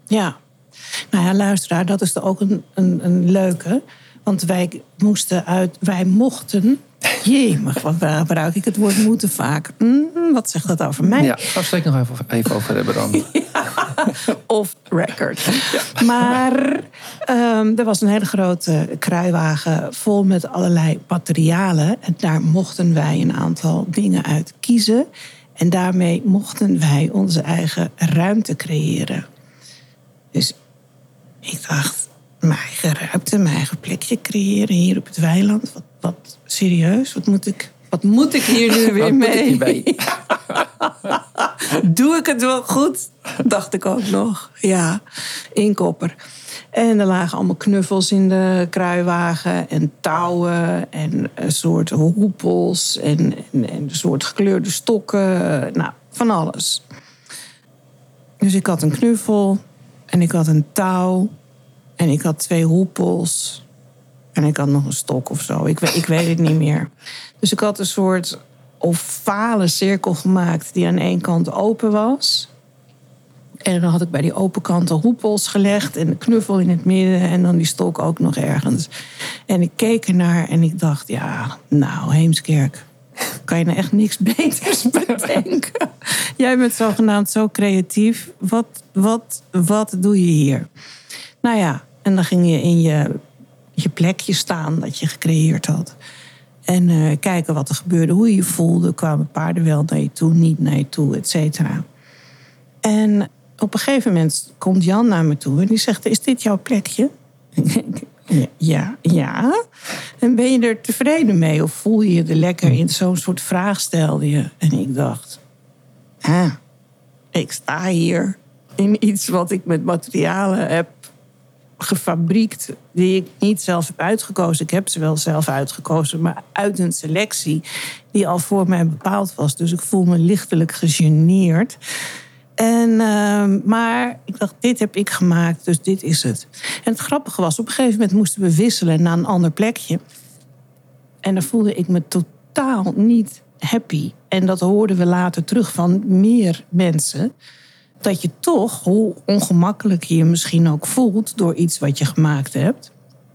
Ja. Nou ja, luisteraar, dat is ook een, een, een leuke. Want wij moesten uit, wij mochten... Jee, maar wat gebruik ik het woord moeten vaak? Mm, wat zegt dat over mij? Ja, daar zal ik nog even, even over hebben dan. Ja, off record. Ja. Maar um, er was een hele grote kruiwagen vol met allerlei materialen. En daar mochten wij een aantal dingen uit kiezen. En daarmee mochten wij onze eigen ruimte creëren. Dus ik dacht, mijn eigen ruimte, mijn eigen plekje creëren hier op het weiland. Wat, wat serieus, wat moet ik, wat moet ik hier nu weer mee? mee? Doe ik het wel goed? Dacht ik ook nog. Ja, inkopper. En er lagen allemaal knuffels in de kruiwagen en touwen en een soort hoepels en, en, en een soort gekleurde stokken. Nou, van alles. Dus ik had een knuffel en ik had een touw en ik had twee hoepels en ik had nog een stok of zo. Ik, ik weet het niet meer. Dus ik had een soort ovale cirkel gemaakt die aan één kant open was. En dan had ik bij die open kant de hoepels gelegd en de knuffel in het midden en dan die stok ook nog ergens. En ik keek ernaar en ik dacht, ja, nou, Heemskerk, kan je nou echt niks beters bedenken? Jij bent zogenaamd zo creatief. Wat, wat, wat doe je hier? Nou ja, en dan ging je in je, je plekje staan dat je gecreëerd had. En uh, kijken wat er gebeurde, hoe je je voelde. Kwamen paarden wel naar je toe, niet naar je toe, et cetera. En op een gegeven moment komt Jan naar me toe en die zegt, is dit jouw plekje? Ja, ja. En ben je er tevreden mee? Of voel je je er lekker in? Zo'n soort vraag stelde je. En ik dacht, ah, ik sta hier in iets wat ik met materialen heb gefabriekt, die ik niet zelf heb uitgekozen. Ik heb ze wel zelf uitgekozen, maar uit een selectie die al voor mij bepaald was. Dus ik voel me lichtelijk gegeneerd. En, uh, maar ik dacht, dit heb ik gemaakt, dus dit is het. En het grappige was, op een gegeven moment moesten we wisselen naar een ander plekje. En dan voelde ik me totaal niet happy. En dat hoorden we later terug van meer mensen. Dat je toch, hoe ongemakkelijk je je misschien ook voelt door iets wat je gemaakt hebt,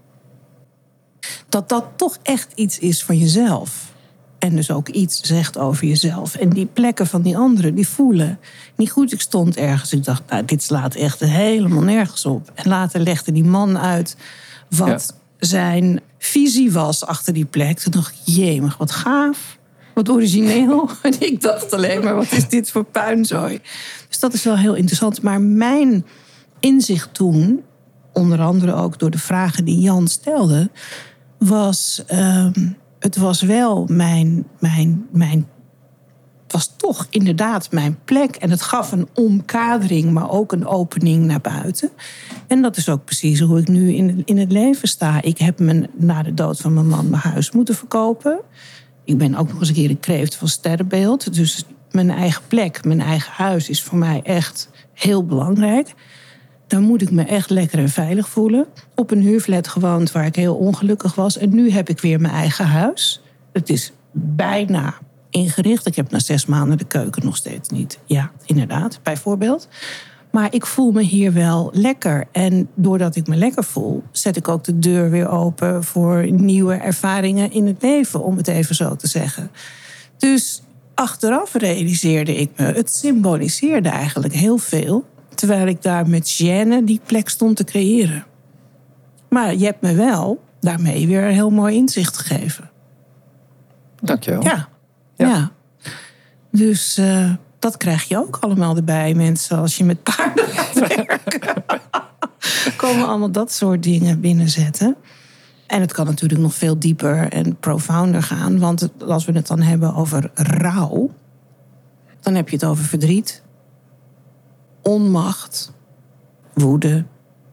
dat dat toch echt iets is van jezelf. En dus ook iets zegt over jezelf. En die plekken van die anderen, die voelen niet goed. Ik stond ergens, ik dacht, nou, dit slaat echt helemaal nergens op. En later legde die man uit wat ja. zijn visie was achter die plek. Toen dacht ik, jemig, wat gaaf. Wat origineel. En ik dacht alleen maar, wat is dit voor puinzooi? Dus dat is wel heel interessant. Maar mijn inzicht toen, onder andere ook door de vragen die Jan stelde, was, um, het was wel mijn, mijn, mijn, het was toch inderdaad mijn plek. En het gaf een omkadering, maar ook een opening naar buiten. En dat is ook precies hoe ik nu in, in het leven sta. Ik heb me na de dood van mijn man mijn huis moeten verkopen. Ik ben ook nog eens een keer een kreeft van sterrenbeeld. Dus mijn eigen plek, mijn eigen huis is voor mij echt heel belangrijk. Dan moet ik me echt lekker en veilig voelen. Op een huurflat gewoond waar ik heel ongelukkig was. En nu heb ik weer mijn eigen huis. Het is bijna ingericht. Ik heb na zes maanden de keuken nog steeds niet. Ja, inderdaad, bijvoorbeeld. Maar ik voel me hier wel lekker. En doordat ik me lekker voel, zet ik ook de deur weer open voor nieuwe ervaringen in het leven, om het even zo te zeggen. Dus achteraf realiseerde ik me, het symboliseerde eigenlijk heel veel, terwijl ik daar met gêne die plek stond te creëren. Maar je hebt me wel daarmee weer een heel mooi inzicht gegeven. Dankjewel. Ja, ja. ja. Dus Uh, dat krijg je ook allemaal erbij, mensen, als je met paarden gaat werken. Komen allemaal dat soort dingen binnenzetten. En het kan natuurlijk nog veel dieper en profounder gaan. Want als we het dan hebben over rouw, dan heb je het over verdriet, onmacht, woede,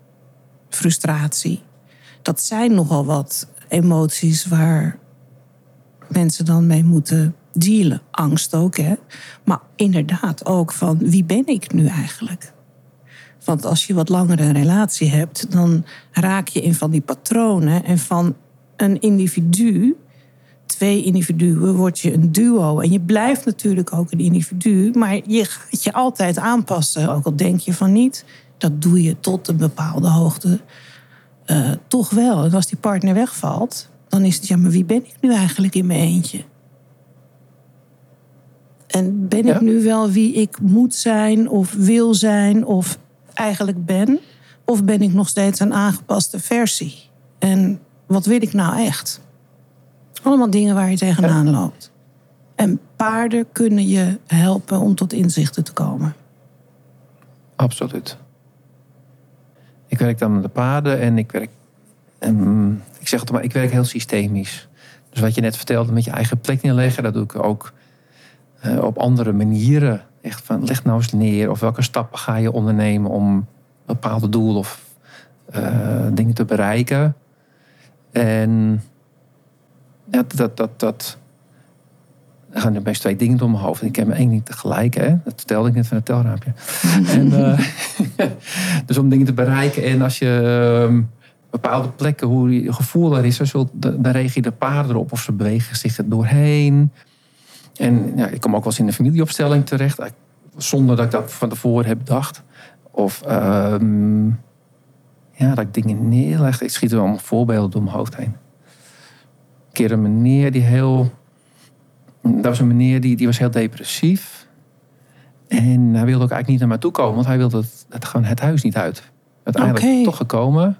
frustratie. Dat zijn nogal wat emoties waar mensen dan mee moeten dealen. Angst ook, hè. Maar inderdaad ook van, wie ben ik nu eigenlijk? Want als je wat langer een relatie hebt, dan raak je in van die patronen. En van een individu, twee individuen, word je een duo. En je blijft natuurlijk ook een individu, maar je gaat je altijd aanpassen. Ook al denk je van niet. dat doe je tot een bepaalde hoogte uh, toch wel. En als die partner wegvalt, dan is het, ja, maar wie ben ik nu eigenlijk in mijn eentje? En ben ja. ik nu wel wie ik moet zijn of wil zijn of eigenlijk ben? Of ben ik nog steeds een aangepaste versie? En wat wil ik nou echt? Allemaal dingen waar je tegenaan ja. loopt. En paarden kunnen je helpen om tot inzichten te komen. Absoluut. Ik werk dan met de paarden en ik werk... Um, ik zeg het maar, ik werk heel systemisch. Dus wat je net vertelde met je eigen plek neerleggen, dat doe ik ook uh, op andere manieren. Echt van, leg nou eens neer. Of welke stappen ga je ondernemen om een bepaalde doel of uh, dingen te bereiken. En ja, dat... dat, dat er gaan er best twee dingen door mijn hoofd. Ik heb me één ding tegelijk, hè. Dat vertelde ik net van het telraampje. en, uh, dus om dingen te bereiken. En als je uh, bepaalde plekken, hoe je gevoel er is, dan reageer je de paarden erop. Of ze bewegen zich er doorheen. En ja, ik kom ook wel eens in een familieopstelling terecht. Zonder dat ik dat van tevoren heb bedacht. Of uh, ja, dat ik dingen neerleg. Ik schiet er allemaal voorbeelden door mijn hoofd heen. Een keer een meneer die heel... Dat was een meneer die, die was heel depressief. En hij wilde ook eigenlijk niet naar mij toe komen. Want hij wilde het, het, gewoon het huis niet uit. Uiteindelijk okay. toch gekomen.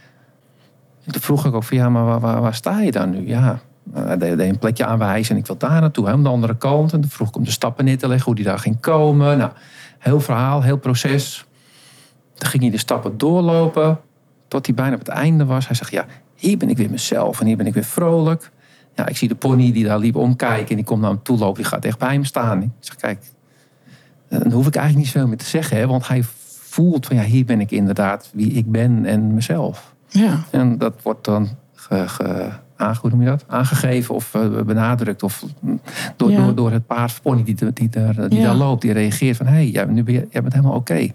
En toen vroeg ik ook van ja, maar waar, waar, waar sta je dan nu? Ja, hij deed een plekje aanwijzen en ik wil daar naartoe. Hè, aan de andere kant. En toen vroeg ik om de stappen neer te leggen. Hoe die daar ging komen. Nou, heel verhaal, heel proces. Toen ging hij de stappen doorlopen. Tot hij bijna op het einde was. Hij zegt ja, hier ben ik weer mezelf. En hier ben ik weer vrolijk. Ja, ik zie de pony die daar liep omkijken en die komt naar hem toe lopen. Die gaat echt bij hem staan. Ik zeg, kijk, dan hoef ik eigenlijk niet zoveel meer te zeggen. Hè, want hij voelt van, ja, hier ben ik inderdaad wie ik ben en mezelf. Ja. En dat wordt dan ge, ge, aange, hoe noem je dat? aangegeven of uh, benadrukt. Of door, ja. door, door het paard of pony die, die, die, daar, die ja. daar loopt. Die reageert van, hé, hey, ja, nu ben je, jij bent helemaal oké. Okay.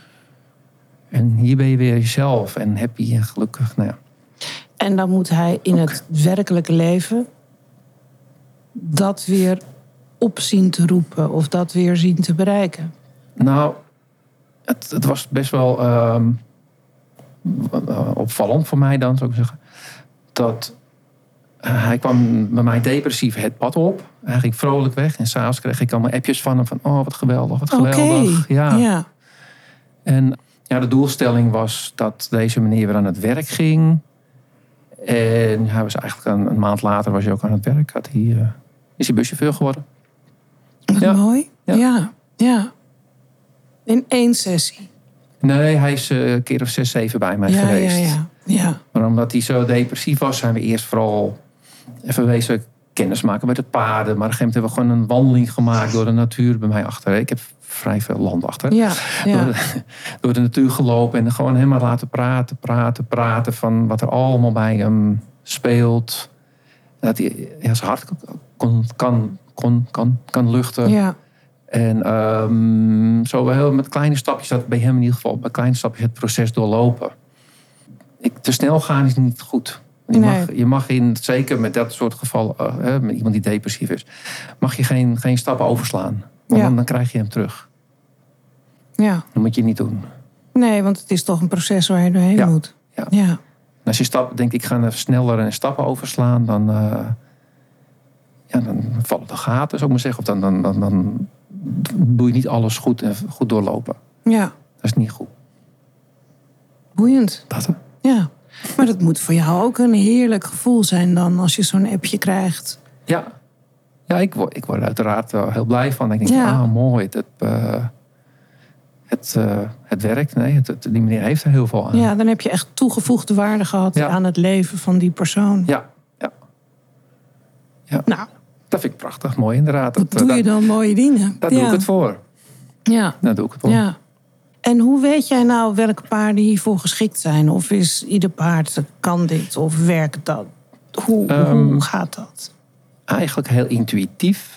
En hier ben je weer jezelf en happy en gelukkig. Nou ja. En dan moet hij in okay. het werkelijke leven dat weer op zien te roepen of dat weer zien te bereiken. Nou, het, het was best wel um, opvallend voor mij dan, zou ik zeggen. Dat uh, hij kwam bij mij depressief het pad op. Hij ging vrolijk weg. En s'avonds kreeg ik allemaal appjes van hem van, oh, wat geweldig, wat geweldig. Okay. Ja. ja. En ja, de doelstelling was dat deze meneer weer aan het werk ging. En hij was eigenlijk een, een maand later was hij ook aan het werk. Had hij, uh, is hij buschauffeur geworden. Wat ja. mooi. Ja. ja, ja. In één sessie. Nee, hij is uh, een keer of zes, zeven bij mij ja, geweest. Ja, ja, ja. Maar omdat hij zo depressief was, zijn we eerst vooral even wezen kennis maken met de paarden. Maar op een gegeven moment hebben we gewoon een wandeling gemaakt door de natuur bij mij achter. Ik heb vrij veel land achter. Ja, ja. Door, de, door de natuur gelopen en gewoon helemaal laten praten, praten, praten van wat er allemaal bij hem speelt. Dat hij ja, zijn hart kon, kan, kon, kan, kan luchten. Ja. En um, zo heel met kleine stapjes, dat bij hem in ieder geval, bij kleine stapjes het proces doorlopen. Ik, te snel gaan is niet goed. Je, nee. mag, je mag in, zeker met dat soort gevallen, uh, met iemand die depressief is, mag je geen, geen stappen overslaan. Want ja. dan, dan krijg je hem terug. Ja. Dat moet je niet doen. Nee, want het is toch een proces waar je doorheen ja. moet. Ja. Ja. En als je stap, denkt, ik ga sneller en stappen overslaan, dan, uh, ja, dan vallen de gaten, zou ik maar zeggen. Of dan, dan, dan, dan doe je niet alles goed en goed doorlopen. Ja. Dat is niet goed. Boeiend. Dat hè? Ja. Maar dat moet voor jou ook een heerlijk gevoel zijn dan, als je zo'n appje krijgt. Ja. Ja, ik word, ik word er uiteraard wel heel blij van. Ik denk, ja. ah, mooi. Het, uh, het, uh, het werkt. Nee, het, het, die meneer heeft er heel veel aan. Ja, dan heb je echt toegevoegde waarde gehad ja. aan het leven van die persoon. Ja. Ja. ja. Nou. Dat vind ik prachtig. Mooi, inderdaad. Wat dat, doe je dan mooie dingen. Daar ja. doe ik het voor. Ja. Daar doe ik het voor. Ja. En hoe weet jij nou welke paarden hiervoor geschikt zijn? Of is ieder paard, kan dit? Of werkt dat? Hoe, um, hoe gaat dat? Eigenlijk heel intuïtief.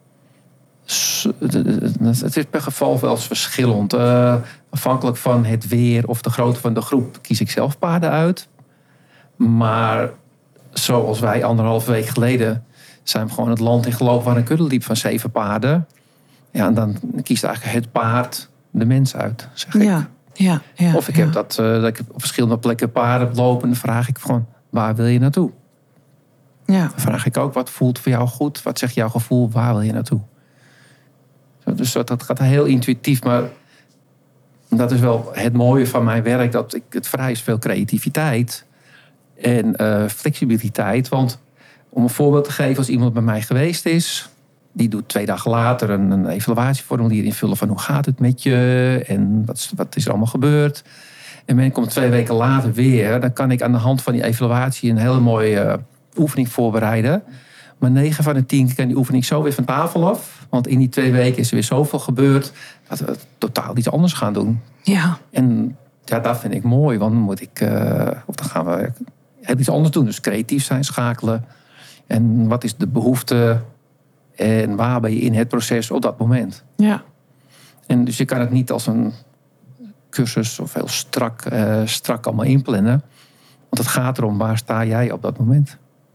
Het is per geval wel eens verschillend. Uh, afhankelijk van het weer of de grootte van de groep kies ik zelf paarden uit. Maar zoals wij anderhalve week geleden zijn we gewoon het land in gelopen waar een kudde liep van zeven paarden. Ja, en dan kiest eigenlijk het paard de mens uit, zeg ik. Ja, Ja, ja, of ik ja. heb dat, uh, dat ik op verschillende plekken paarden heb lopen. En dan vraag ik gewoon, waar wil je naartoe? Ja. Dan vraag ik ook, wat voelt voor jou goed? Wat zegt jouw gevoel? Waar wil je naartoe? Dus dat, dat gaat heel intuïtief. Maar dat is wel het mooie van mijn werk. Dat ik, het vereist veel creativiteit. En uh, flexibiliteit. Want om een voorbeeld te geven. Als iemand bij mij geweest is. Die doet twee dagen later een, een evaluatieformulier invullen. Van hoe gaat het met je? En wat, wat is er allemaal gebeurd? En men komt twee weken later weer. Dan kan ik aan de hand van die evaluatie een hele mooie uh, oefening voorbereiden. Maar negen van de tien keer kan die oefening zo weer van tafel af. Want in die twee weken is er weer zoveel gebeurd. Dat we totaal iets anders gaan doen. Ja. En ja, dat vind ik mooi. Want dan moet ik, uh, of dan gaan we heel iets anders doen. Dus creatief zijn, schakelen. En wat is de behoefte? En waar ben je in het proces op dat moment? Ja. En dus je kan het niet als een cursus of heel strak, uh, strak allemaal inplannen. Want het gaat erom, waar sta jij op dat moment?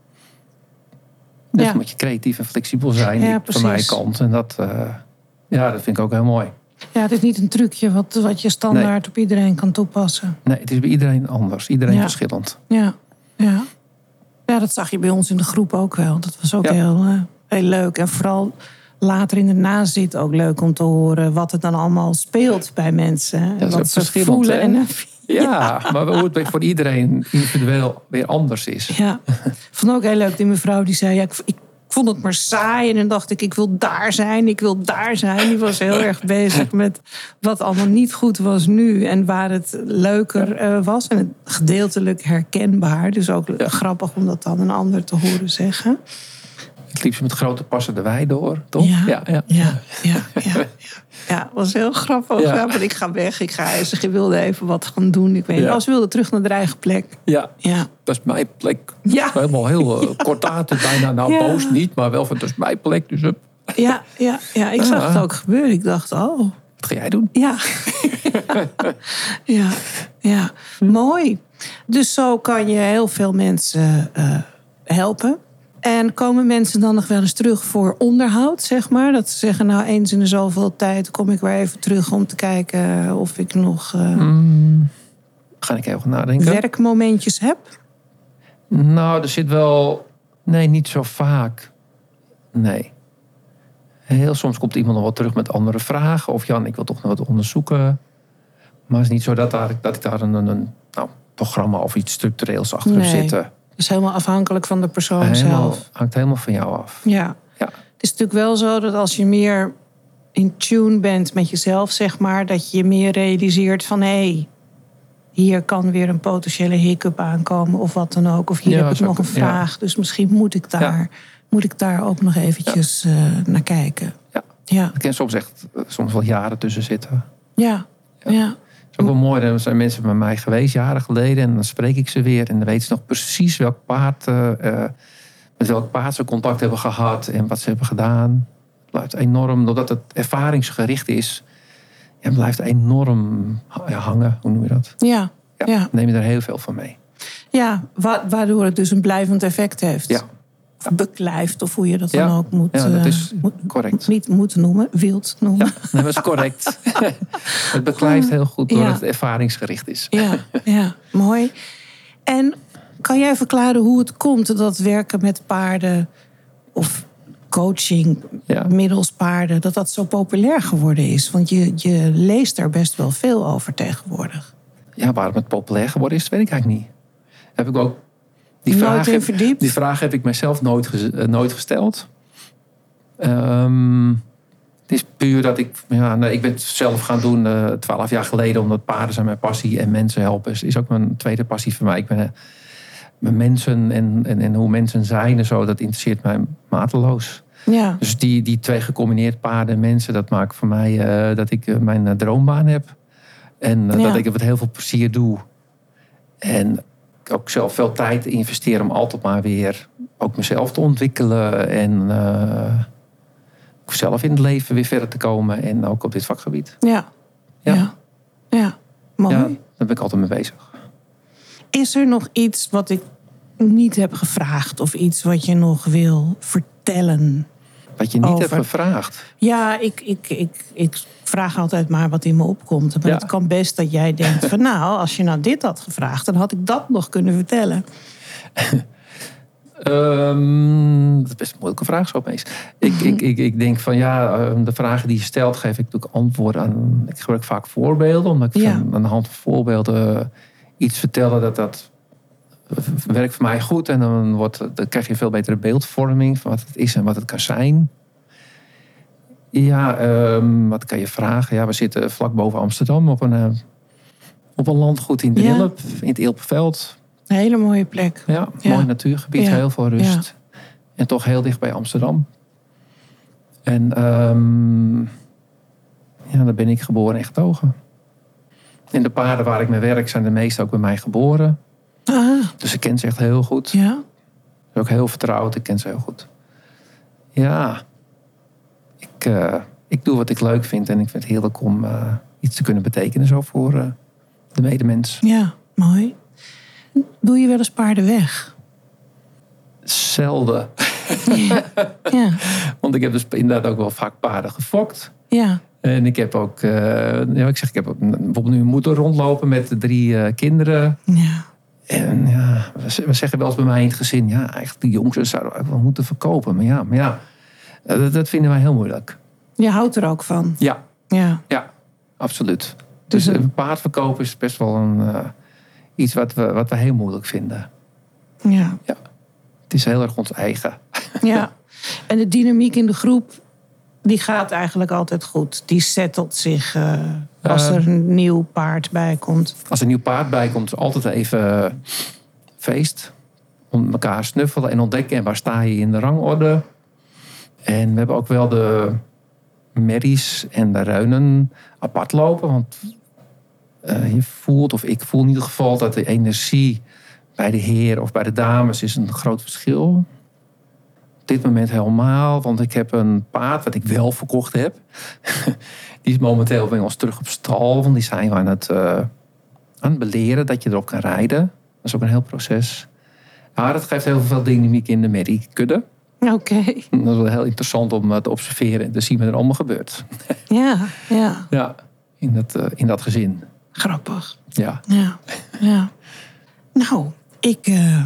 Dus ja. moet je creatief en flexibel zijn ja, van mijn kant. En dat, uh, ja, dat vind ik ook heel mooi. Ja, het is niet een trucje wat, wat je standaard nee. op iedereen kan toepassen. Nee, het is bij iedereen anders. Iedereen ja. verschillend. Ja. Ja. Ja, dat zag je bij ons in de groep ook wel. Dat was ook ja. heel, uh, heel leuk. En vooral later in de nazit ook leuk om te horen wat er dan allemaal speelt bij mensen. Dat wat ze voelen. En, ja, ja, maar hoe het voor iedereen individueel weer anders is. Ja, ik vond ook heel leuk die mevrouw die zei... Ja, ik, ik vond het maar saai en dan dacht ik, ik wil daar zijn, ik wil daar zijn. Die was heel erg bezig met wat allemaal niet goed was nu en waar het leuker uh, was. En het gedeeltelijk herkenbaar. Dus ook ja. grappig om dat dan een ander te horen zeggen. Het liep ze met grote passen de wei door, toch? Ja, ja, ja. ja, ja, ja. Ja, was heel grappig. Ja. Ja, maar ik ga weg. Ik ga, ze wilde even wat gaan doen. Ik weet niet. Ja. Ze wilde terug naar de eigen plek. Ja, ja. dat is mijn plek. Ja. Helemaal heel uh, kordaat. Bijna nou ja. boos niet, maar wel van dat is mijn plek. Dus up. Ja, ja, ja, ik zag ja. het ook gebeuren. Ik dacht, oh. Wat ga jij doen? Ja. ja, ja. Hm. Mooi. Dus zo kan je heel veel mensen uh, helpen. En komen mensen dan nog wel eens terug voor onderhoud, zeg maar? Dat ze zeggen, nou, eens in de zoveel tijd kom ik weer even terug om te kijken of ik nog uh, mm, ga ik even nadenken. werkmomentjes heb? Nou, er zit wel... Nee, niet zo vaak. Nee. Heel soms komt iemand nog wel terug met andere vragen. Of Jan, ik wil toch nog wat onderzoeken. Maar het is niet zo dat, daar, dat ik daar een, een, een nou, programma of iets structureels achter nee. heb zitten. Dus helemaal afhankelijk van de persoon helemaal, zelf. Hangt helemaal van jou af. Ja. ja. Het is natuurlijk wel zo dat als je meer in tune bent met jezelf, zeg maar, dat je meer realiseert van hé, hey, hier kan weer een potentiële hiccup aankomen of wat dan ook. Of hier ja, heb ik nog een vraag. Ja. Dus misschien moet ik daar, ja. moet ik daar ook nog eventjes ja. uh, naar kijken. Ja. Ja. Ik ken soms echt soms wel jaren tussen zitten. Ja, ja. ja. Het is ook wel mooi, er zijn mensen bij mij geweest jaren geleden en dan spreek ik ze weer en dan weten ze nog precies welk paard, uh, met welk paard ze contact hebben gehad en wat ze hebben gedaan. Het blijft enorm, doordat het ervaringsgericht is, ja, het blijft enorm ja, hangen, hoe noem je dat? Ja, ja, ja. Neem je er heel veel van mee. Ja, waardoor het dus een blijvend effect heeft. Ja. Of beklijft, of hoe je dat ja. dan ook moet, ja, dat is uh, correct. Niet moet noemen, wilt noemen. Ja, nee, dat is correct. Het beklijft heel goed doordat ja. het ervaringsgericht is. Ja, ja, mooi. En kan jij verklaren hoe het komt dat werken met paarden of coaching ja. middels paarden, dat dat zo populair geworden is? Want je, je leest daar best wel veel over tegenwoordig. Ja, waarom het populair geworden is, weet ik eigenlijk niet. Heb ik ook Die vraag, heb, die vraag heb ik mezelf nooit, uh, nooit gesteld. Um, het is puur dat ik... Ja, nee, ik ben het zelf gaan doen uh, twaalf jaar geleden. Omdat paarden zijn mijn passie. En mensen helpen is, is ook mijn tweede passie voor mij. Ik ben uh, met mensen en, en, en hoe mensen zijn en zo. Dat interesseert mij mateloos. Ja. Dus die, die twee gecombineerd paarden en mensen. Dat maakt voor mij uh, dat ik uh, mijn uh, droombaan heb. En uh, ja. dat ik het met heel veel plezier doe. En... ook zelf veel tijd investeren om altijd maar weer ook mezelf te ontwikkelen en uh, zelf in het leven weer verder te komen en ook op dit vakgebied. Ja, ja, ja, ja. Mooi. Ja, daar ben ik altijd mee bezig. Is er nog iets wat ik niet heb gevraagd of iets wat je nog wil vertellen? Wat je niet over. hebt gevraagd. Ja, ik, ik, ik, ik vraag altijd maar wat in me opkomt. Maar Ja. het kan best dat jij denkt van nou, als je nou dit had gevraagd, dan had ik dat nog kunnen vertellen. Um, dat is best een moeilijke vraag zo opeens. Ik, mm-hmm. ik, ik, ik denk van ja, de vragen die je stelt, geef ik natuurlijk antwoord aan. Ik gebruik vaak voorbeelden, omdat ik ja. van, aan de hand van voorbeelden iets vertellen dat dat werkt voor mij goed. En dan, wordt, dan krijg je een veel betere beeldvorming van wat het is en wat het kan zijn. Ja, um, wat kan je vragen? Ja, we zitten vlak boven Amsterdam op een, uh, op een landgoed in de Ilp, ja. in het Ilpenveld. Een hele mooie plek. Ja, ja. mooi natuurgebied, ja. heel veel rust. Ja. En toch heel dicht bij Amsterdam. En um, ja, daar ben ik geboren en getogen. En de paarden waar ik mee werk zijn de meeste ook bij mij geboren. Ah. Dus ik ken ze echt heel goed. Ja. Ook heel vertrouwd, ik ken ze heel goed. Ja, ik, uh, ik doe wat ik leuk vind. En ik vind het heerlijk om uh, iets te kunnen betekenen zo voor uh, de medemens. Ja, mooi. Doe je wel eens paarden weg? Zelden. Ja. ja. Want ik heb dus inderdaad ook wel vaak paarden gefokt. Ja. En ik heb ook, uh, ja, ik zeg, ik heb ook bijvoorbeeld nu een moeder rondlopen met drie uh, kinderen. Ja. En ja, we zeggen wel eens bij mij in het gezin, ja, eigenlijk die jongens zouden we wel moeten verkopen. Maar ja, maar ja dat, dat vinden wij heel moeilijk. Je houdt er ook van? Ja. Ja, ja absoluut. Dus, dus een paard verkopen is best wel een... Uh, Iets wat we, wat we heel moeilijk vinden. Ja. ja. Het is heel erg ons eigen. Ja. En de dynamiek in de groep, die gaat eigenlijk altijd goed. Die settelt zich uh, als er een nieuw paard bij komt. Als er een nieuw paard bij komt, is altijd even feest. Om elkaar snuffelen en ontdekken. En waar sta je in de rangorde. En we hebben ook wel de merries en de ruinen apart lopen. Want... Uh, je voelt, of ik voel in ieder geval, dat de energie bij de heer of bij de dames is een groot verschil. Op dit moment helemaal, want ik heb een paard wat ik wel verkocht heb. Die is momenteel bij ons terug op stal, want die zijn we aan het, uh, aan het beleren dat je erop kan rijden. Dat is ook een heel proces. Maar dat geeft heel veel dynamiek in de merriekudde. Oké. Okay. Dat is wel heel interessant om te observeren en te zien wat er allemaal gebeurt. Ja, ja. Ja, in dat, uh, in dat gezin. Grappig. Ja. Ja, ja. Nou, ik... Uh...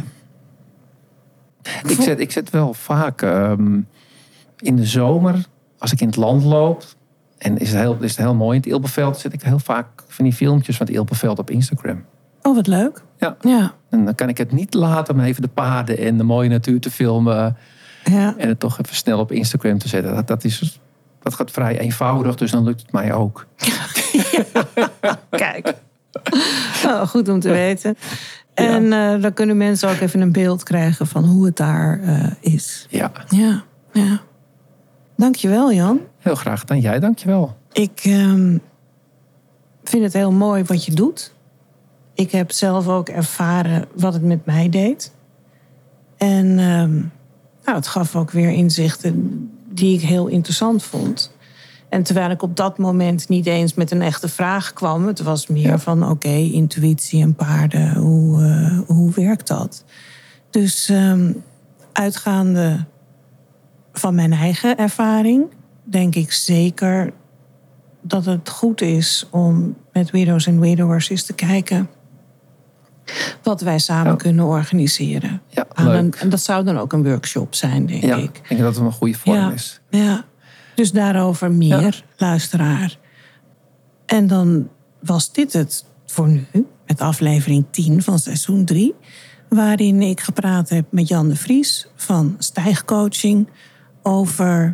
Ik, zet, ik zet wel vaak um, in de zomer, als ik in het land loop... en is het heel, is het heel mooi in het Ilpenveld... zet ik heel vaak van die filmpjes van het Ilpenveld op Instagram. Oh, wat leuk. Ja. ja. En dan kan ik het niet laten om even de paarden en de mooie natuur te filmen... Ja. en het toch even snel op Instagram te zetten. Dat, dat, is, dat gaat vrij eenvoudig, dus dan lukt het mij ook. Ja, kijk. Oh, goed om te weten. En ja. uh, dan kunnen mensen ook even een beeld krijgen van hoe het daar uh, is. Ja. Ja, ja. Dankjewel, Jan. Heel graag gedaan. Jij, dankjewel. Ik um, vind het heel mooi wat je doet. Ik heb zelf ook ervaren wat het met mij deed. En um, nou, het gaf ook weer inzichten die ik heel interessant vond. En terwijl ik op dat moment niet eens met een echte vraag kwam... het was meer ja. van, oké, okay, intuïtie en paarden, hoe, uh, hoe werkt dat? Dus um, uitgaande van mijn eigen ervaring... denk ik zeker dat het goed is om met Widows en Widowers eens te kijken... wat wij samen ja. kunnen organiseren. Ja, een, en dat zou dan ook een workshop zijn, denk ja, ik. Ik denk dat het een goede vorm ja, is. Ja. Dus daarover meer, ja. luisteraar. En dan was dit het voor nu, met aflevering tien van seizoen drie... waarin ik gepraat heb met Jan de Vries van Stijgcoaching... over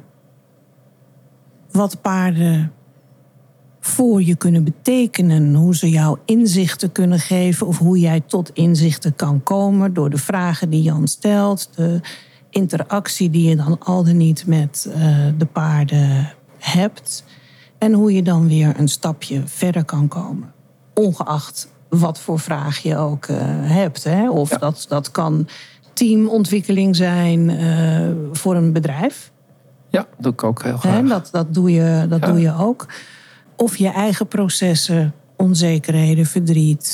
wat paarden voor je kunnen betekenen... hoe ze jou inzichten kunnen geven... of hoe jij tot inzichten kan komen... door de vragen die Jan stelt... de interactie die je dan al dan niet met uh, de paarden hebt... en hoe je dan weer een stapje verder kan komen. Ongeacht wat voor vraag je ook uh, hebt. Hè? Of ja. dat, dat kan teamontwikkeling zijn uh, voor een bedrijf. Ja, dat doe ik ook heel graag. Hè? Dat, dat, doe je, dat ja. doe je ook. Of je eigen processen, onzekerheden, verdriet...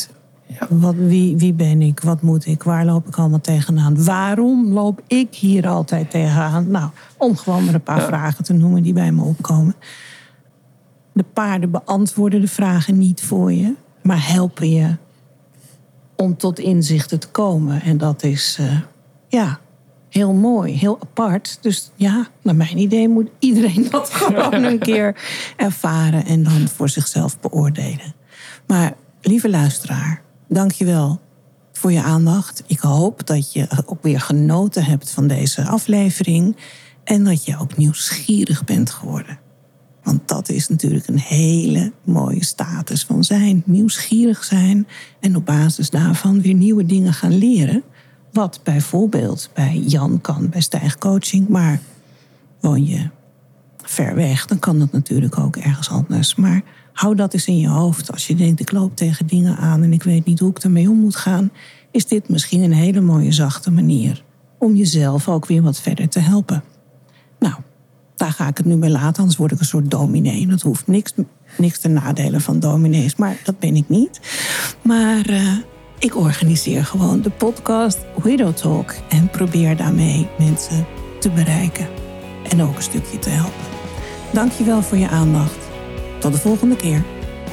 Ja. Wat, wie, wie ben ik? Wat moet ik? Waar loop ik allemaal tegenaan? Waarom loop ik hier altijd tegenaan? Nou, om gewoon maar een paar ja. vragen te noemen die bij me opkomen. De paarden beantwoorden de vragen niet voor je, maar helpen je om tot inzichten te komen. En dat is, uh, ja, heel mooi, heel apart. Dus ja, naar mijn idee moet iedereen dat gewoon een keer ervaren en dan voor zichzelf beoordelen. Maar lieve luisteraar, dank je wel voor je aandacht. Ik hoop dat je ook weer genoten hebt van deze aflevering en dat je ook nieuwsgierig bent geworden. Want dat is natuurlijk een hele mooie status van zijn. Nieuwsgierig zijn en op basis daarvan weer nieuwe dingen gaan leren. Wat bijvoorbeeld bij Jan kan, bij stijgcoaching. Maar woon je ver weg, dan kan dat natuurlijk ook ergens anders. Maar hou dat eens in je hoofd. Als je denkt, ik loop tegen dingen aan en ik weet niet hoe ik ermee om moet gaan, is dit misschien een hele mooie zachte manier om jezelf ook weer wat verder te helpen. Nou, daar ga ik het nu bij laten, anders word ik een soort dominee. Dat hoeft niks, niks ten nadele van dominees, maar dat ben ik niet. Maar uh, ik organiseer gewoon de podcast Widow Talk en probeer daarmee mensen te bereiken en ook een stukje te helpen. Dank je wel voor je aandacht. Tot de volgende keer.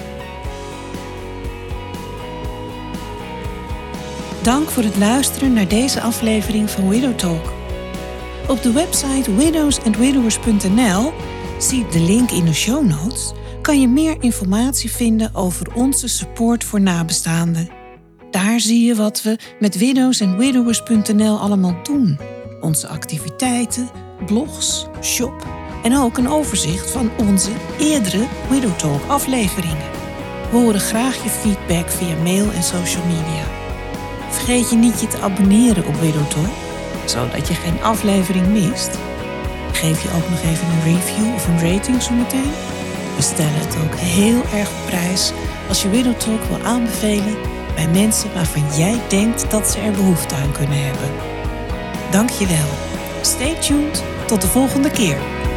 Dank voor het luisteren naar deze aflevering van Widow Talk. Op de website widows and widowers punt n l, zie de link in de show notes, kan je meer informatie vinden over onze support voor nabestaanden. Daar zie je wat we met widows and widowers punt n l allemaal doen. Onze activiteiten, blogs, shop en ook een overzicht van onze eerdere Widow Talk afleveringen. We horen graag je feedback via mail en social media. Vergeet je niet je te abonneren op Widow Talk, zodat je geen aflevering mist. Geef je ook nog even een review of een rating zometeen. We stellen het ook heel erg op prijs als je Widow Talk wil aanbevelen bij mensen waarvan jij denkt dat ze er behoefte aan kunnen hebben. Dank je wel. Stay tuned. Tot de volgende keer.